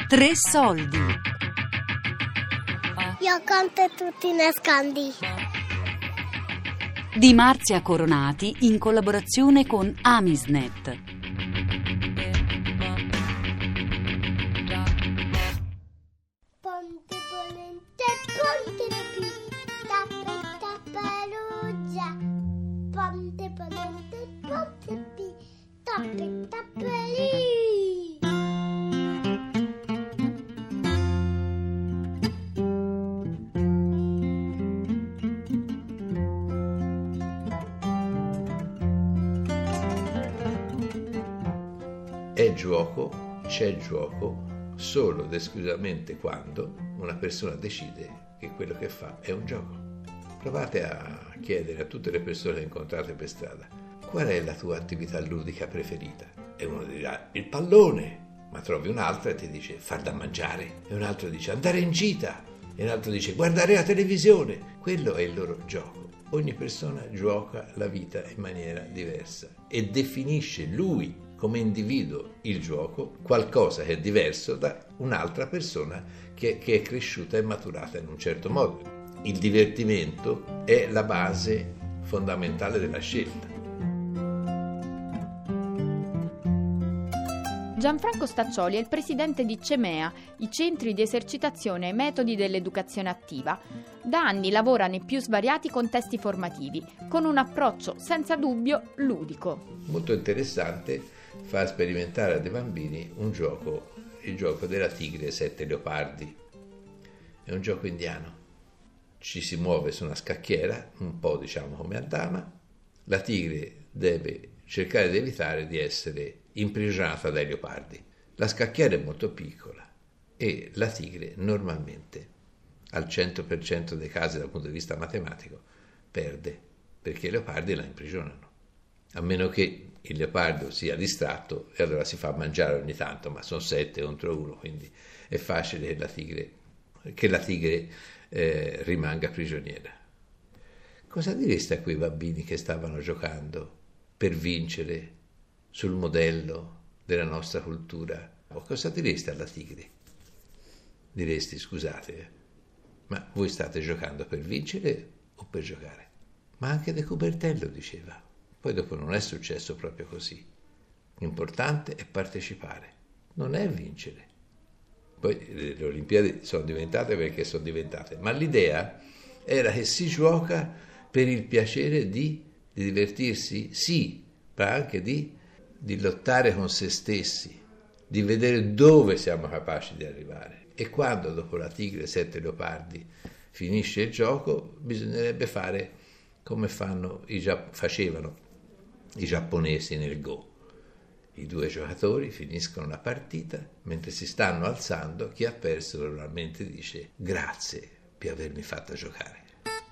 Tre soldi. Io conto tutti i nascondi. Di Marzia Coronati in collaborazione con Amisnet. Ponte ponente, ponte pi, tappa tapparugia. Ponte ponente, ponte pi, tappa tappali. È gioco, c'è gioco solo ed esclusivamente quando una persona decide che quello che fa è un gioco. Provate a chiedere a tutte le persone che incontrate per strada: qual è la tua attività ludica preferita? E uno dirà il pallone, ma trovi un'altra e ti dice far da mangiare, e un altro dice andare in gita, e un altro dice guardare la televisione. Quello è il loro gioco. Ogni persona gioca la vita in maniera diversa e definisce lui come individuo il gioco, qualcosa che è diverso da un'altra persona che è cresciuta e maturata in un certo modo. Il divertimento è la base fondamentale della scelta. Gianfranco Staccioli è il presidente di CEMEA, i centri di esercitazione ai metodi dell'educazione attiva. Da anni lavora nei più svariati contesti formativi, con un approccio senza dubbio ludico. Molto interessante far sperimentare a dei bambini un gioco, il gioco della tigre e 7 leopardi. È un gioco indiano. Ci si muove su una scacchiera, un po' diciamo come a dama. La tigre deve cercare di evitare di essere imprigionata dai leopardi. La scacchiera è molto piccola e la tigre normalmente, al 100% dei casi dal punto di vista matematico, perde perché i leopardi la imprigionano. A meno che il leopardo sia distratto e allora si fa mangiare ogni tanto, ma sono 7 contro 1, quindi è facile che la tigre rimanga prigioniera. Cosa direste a quei bambini che stavano giocando per vincere sul modello della nostra cultura? O cosa direste alla tigre? Diresti scusate, ma voi state giocando per vincere o per giocare? Ma anche De Coubertin lo diceva. Poi dopo non è successo proprio così. L'importante è partecipare, non è vincere. Poi le Olimpiadi sono diventate perché sono diventate, ma l'idea era che si gioca per il piacere di divertirsi, sì, ma anche di lottare con se stessi, di vedere dove siamo capaci di arrivare. E quando dopo la tigre e 7 leopardi finisce il gioco, bisognerebbe fare come facevano i giapponesi nel Go. I 2 giocatori finiscono la partita, mentre si stanno alzando, chi ha perso normalmente dice grazie per avermi fatto giocare.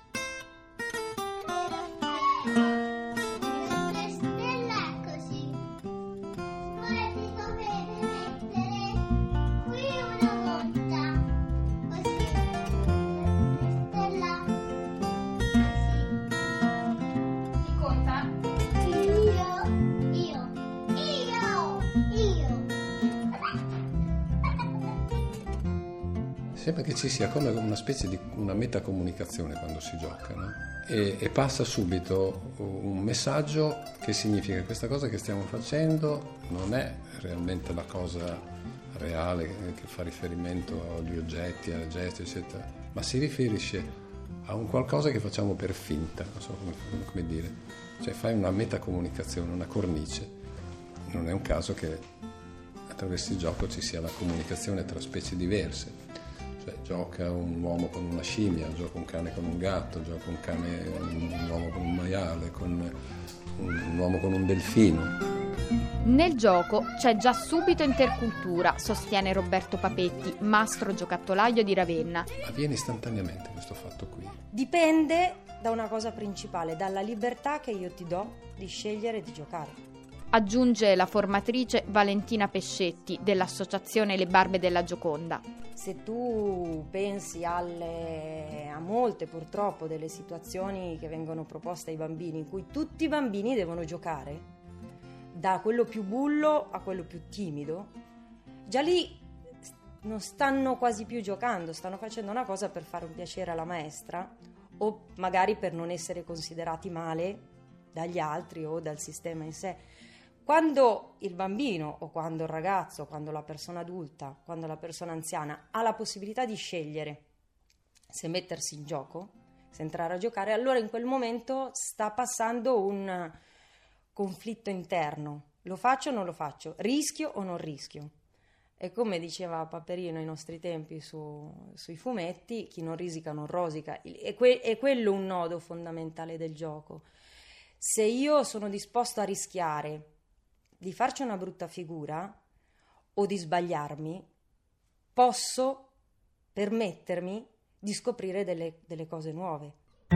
Sembra che ci sia come una specie di una metacomunicazione quando si gioca, no? E passa subito un messaggio che significa che questa cosa che stiamo facendo non è realmente la cosa reale che fa riferimento agli oggetti, alle gesti, eccetera, ma si riferisce a un qualcosa che facciamo per finta, non so come dire, cioè fai una metacomunicazione, una cornice. Non è un caso che attraverso il gioco ci sia la comunicazione tra specie diverse. Gioca un uomo con una scimmia, gioca un cane con un gatto, gioca un uomo con un maiale, con un uomo con un delfino. Nel gioco c'è già subito intercultura, sostiene Roberto Papetti, mastro giocattolaio di Ravenna. Avviene istantaneamente questo fatto qui. Dipende da una cosa principale, dalla libertà che io ti do di scegliere di giocare. Aggiunge la formatrice Valentina Pescetti dell'associazione Le Barbe della Gioconda. Se tu pensi a molte purtroppo delle situazioni che vengono proposte ai bambini, in cui tutti i bambini devono giocare, da quello più bullo a quello più timido, già lì non stanno quasi più giocando, stanno facendo una cosa per fare un piacere alla maestra o magari per non essere considerati male dagli altri o dal sistema in sé. Quando il bambino o quando il ragazzo, quando la persona adulta, quando la persona anziana ha la possibilità di scegliere se mettersi in gioco, se entrare a giocare, allora in quel momento sta passando un conflitto interno. Lo faccio o non lo faccio? Rischio o non rischio? E come diceva Paperino ai nostri tempi sui fumetti, chi non risica non rosica. È quello un nodo fondamentale del gioco. Se io sono disposto a rischiare di farci una brutta figura o di sbagliarmi, posso permettermi di scoprire delle cose nuove.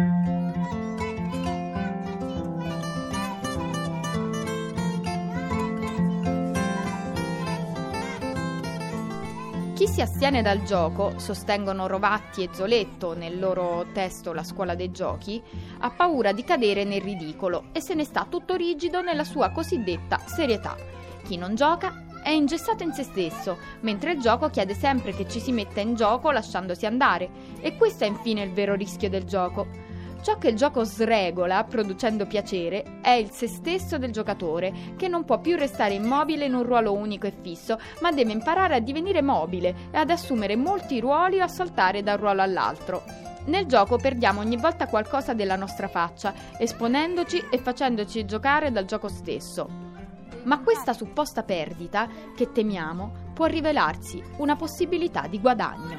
Chi si astiene dal gioco, sostengono Rovatti e Zoletto nel loro testo La scuola dei giochi, ha paura di cadere nel ridicolo e se ne sta tutto rigido nella sua cosiddetta serietà. Chi non gioca è ingessato in se stesso, mentre il gioco chiede sempre che ci si metta in gioco lasciandosi andare, e questo è infine il vero rischio del gioco. Ciò che il gioco sregola, producendo piacere, è il se stesso del giocatore, che non può più restare immobile in un ruolo unico e fisso, ma deve imparare a divenire mobile e ad assumere molti ruoli o a saltare da un ruolo all'altro. Nel gioco perdiamo ogni volta qualcosa della nostra faccia, esponendoci e facendoci giocare dal gioco stesso. Ma questa supposta perdita, che temiamo, può rivelarsi una possibilità di guadagno.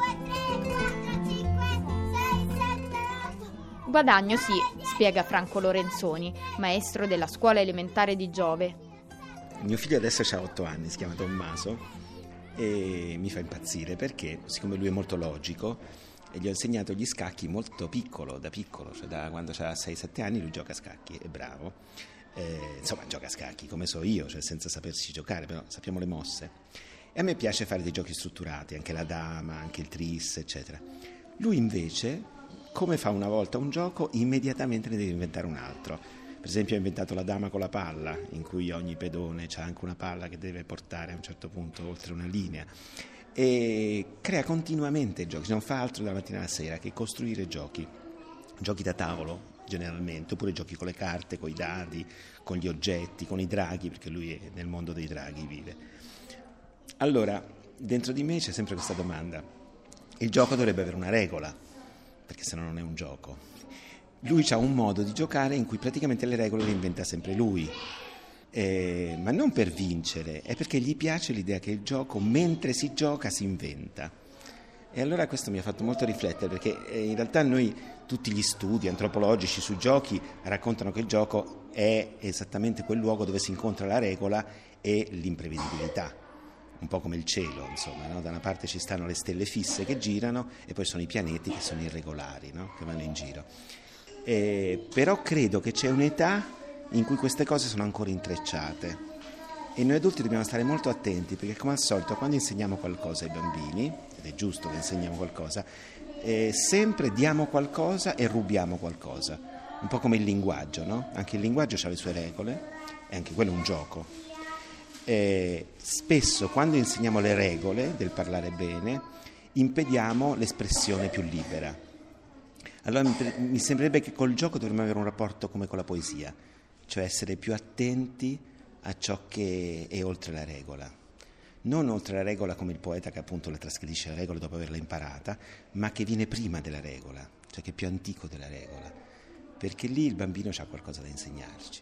Guadagno sì, spiega Franco Lorenzoni, maestro della scuola elementare di Giove. Mio figlio adesso ha 8 anni, si chiama Tommaso e mi fa impazzire perché, siccome lui è molto logico, gli ho insegnato gli scacchi molto piccolo, cioè da quando ha 6-7 anni lui gioca a scacchi, è bravo. Insomma, gioca a scacchi come so io, cioè senza sapersi giocare, però sappiamo le mosse. E a me piace fare dei giochi strutturati, anche la dama, anche il tris, eccetera. Lui invece, come fa una volta un gioco, immediatamente ne deve inventare un altro. Per esempio ha inventato la dama con la palla, in cui ogni pedone ha anche una palla che deve portare a un certo punto oltre una linea, e crea continuamente giochi, non fa altro dalla mattina alla sera che costruire giochi da tavolo generalmente, oppure giochi con le carte, con i dadi, con gli oggetti, con i draghi, perché lui è nel mondo dei draghi, vive. Allora, dentro di me c'è sempre questa domanda: il gioco dovrebbe avere una regola, perché sennò non è un gioco. Lui ha un modo di giocare in cui praticamente le regole le inventa sempre lui, ma non per vincere, è perché gli piace l'idea che il gioco, mentre si gioca, si inventa. E allora questo mi ha fatto molto riflettere, perché in realtà noi, tutti gli studi antropologici sui giochi raccontano che il gioco è esattamente quel luogo dove si incontra la regola e l'imprevedibilità. Un po' come il cielo, insomma, no? Da una parte ci stanno le stelle fisse che girano e poi sono i pianeti che sono irregolari, no? Che vanno in giro. Però credo che c'è un'età in cui queste cose sono ancora intrecciate e noi adulti dobbiamo stare molto attenti, perché come al solito quando insegniamo qualcosa ai bambini, ed è giusto che insegniamo qualcosa, sempre diamo qualcosa e rubiamo qualcosa, un po' come il linguaggio, no? Anche il linguaggio ha le sue regole e anche quello è un gioco. Spesso quando insegniamo le regole del parlare bene impediamo l'espressione più libera. Allora mi sembrerebbe che col gioco dovremmo avere un rapporto come con la poesia, cioè essere più attenti a ciò che è oltre la regola, non oltre la regola come il poeta che appunto le trasgredisce la regola dopo averla imparata, ma che viene prima della regola, cioè che è più antico della regola, perché lì il bambino ha qualcosa da insegnarci.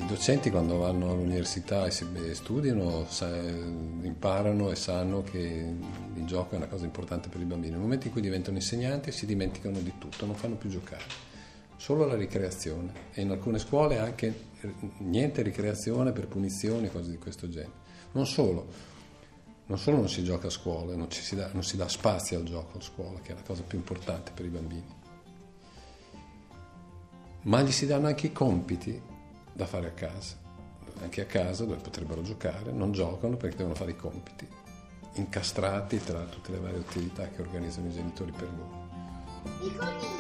I docenti quando vanno all'università e studiano imparano e sanno che il gioco è una cosa importante per i bambini. Nel momento in cui diventano insegnanti si dimenticano di tutto, non fanno più giocare, solo la ricreazione, e in alcune scuole anche niente ricreazione per punizioni e cose di questo genere. Non solo non si gioca a scuola, non si dà spazio al gioco a scuola, che è la cosa più importante per i bambini, ma gli si danno anche i compiti da fare a casa. Anche a casa, dove potrebbero giocare, non giocano perché devono fare i compiti, incastrati tra tutte le varie attività che organizzano i genitori per loro. I conigli.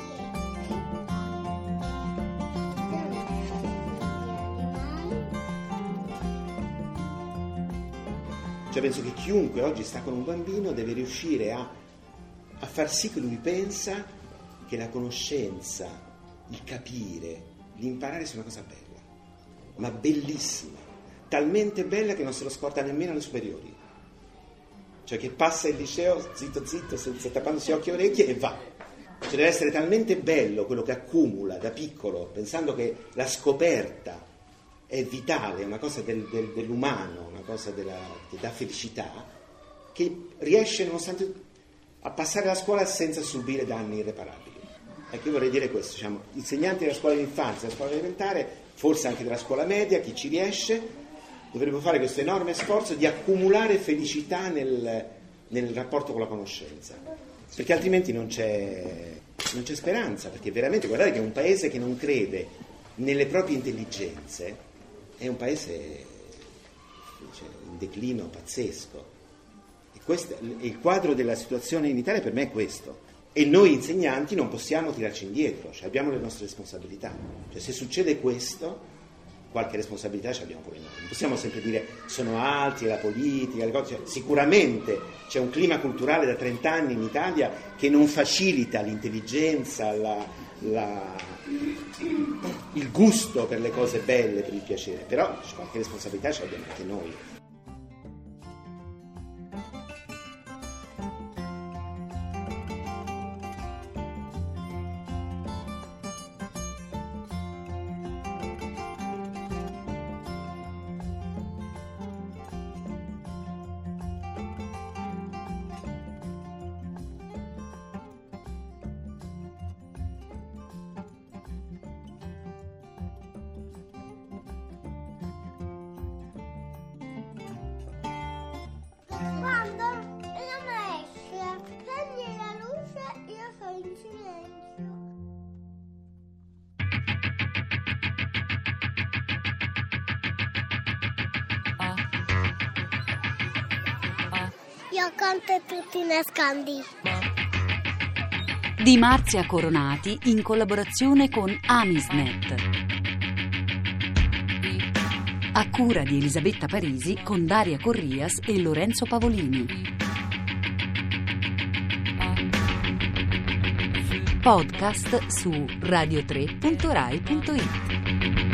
Cioè penso che chiunque oggi sta con un bambino deve riuscire a far sì che lui pensa che la conoscenza, il capire, l'imparare sia una cosa bella, ma bellissima, talmente bella che non se lo scorda nemmeno alle superiori, cioè che passa il liceo zitto senza tappandosi occhi e orecchie e va. Cioè deve essere talmente bello quello che accumula da piccolo, pensando che la scoperta è vitale, è una cosa dell'umano, una cosa che dà felicità, che riesce nonostante a passare la scuola senza subire danni irreparabili. Ecco, io vorrei dire questo, diciamo, insegnanti della scuola d'infanzia, della scuola elementare, forse anche della scuola media, chi ci riesce, dovrebbe fare questo enorme sforzo di accumulare felicità nel rapporto con la conoscenza, perché altrimenti non c'è speranza, perché veramente, guardate che un paese che non crede nelle proprie intelligenze è un paese in declino pazzesco. E questo, il quadro della situazione in Italia per me è questo. E noi insegnanti non possiamo tirarci indietro, cioè abbiamo le nostre responsabilità. Cioè se succede questo, qualche responsabilità ce l'abbiamo pure noi. Non possiamo sempre dire sono altri, la politica, le cose. Cioè, sicuramente c'è un clima culturale da 30 anni in Italia che non facilita l'intelligenza, il gusto per le cose belle, per il piacere. Però qualche responsabilità ce l'abbiamo anche noi. Quando la maestra prende la luce, io sono in silenzio. Io conto tutti i nascondi. Di Marzia Coronati in collaborazione con Amisnet. A cura di Elisabetta Parisi con Daria Corrias e Lorenzo Pavolini. Podcast su radio3.rai.it.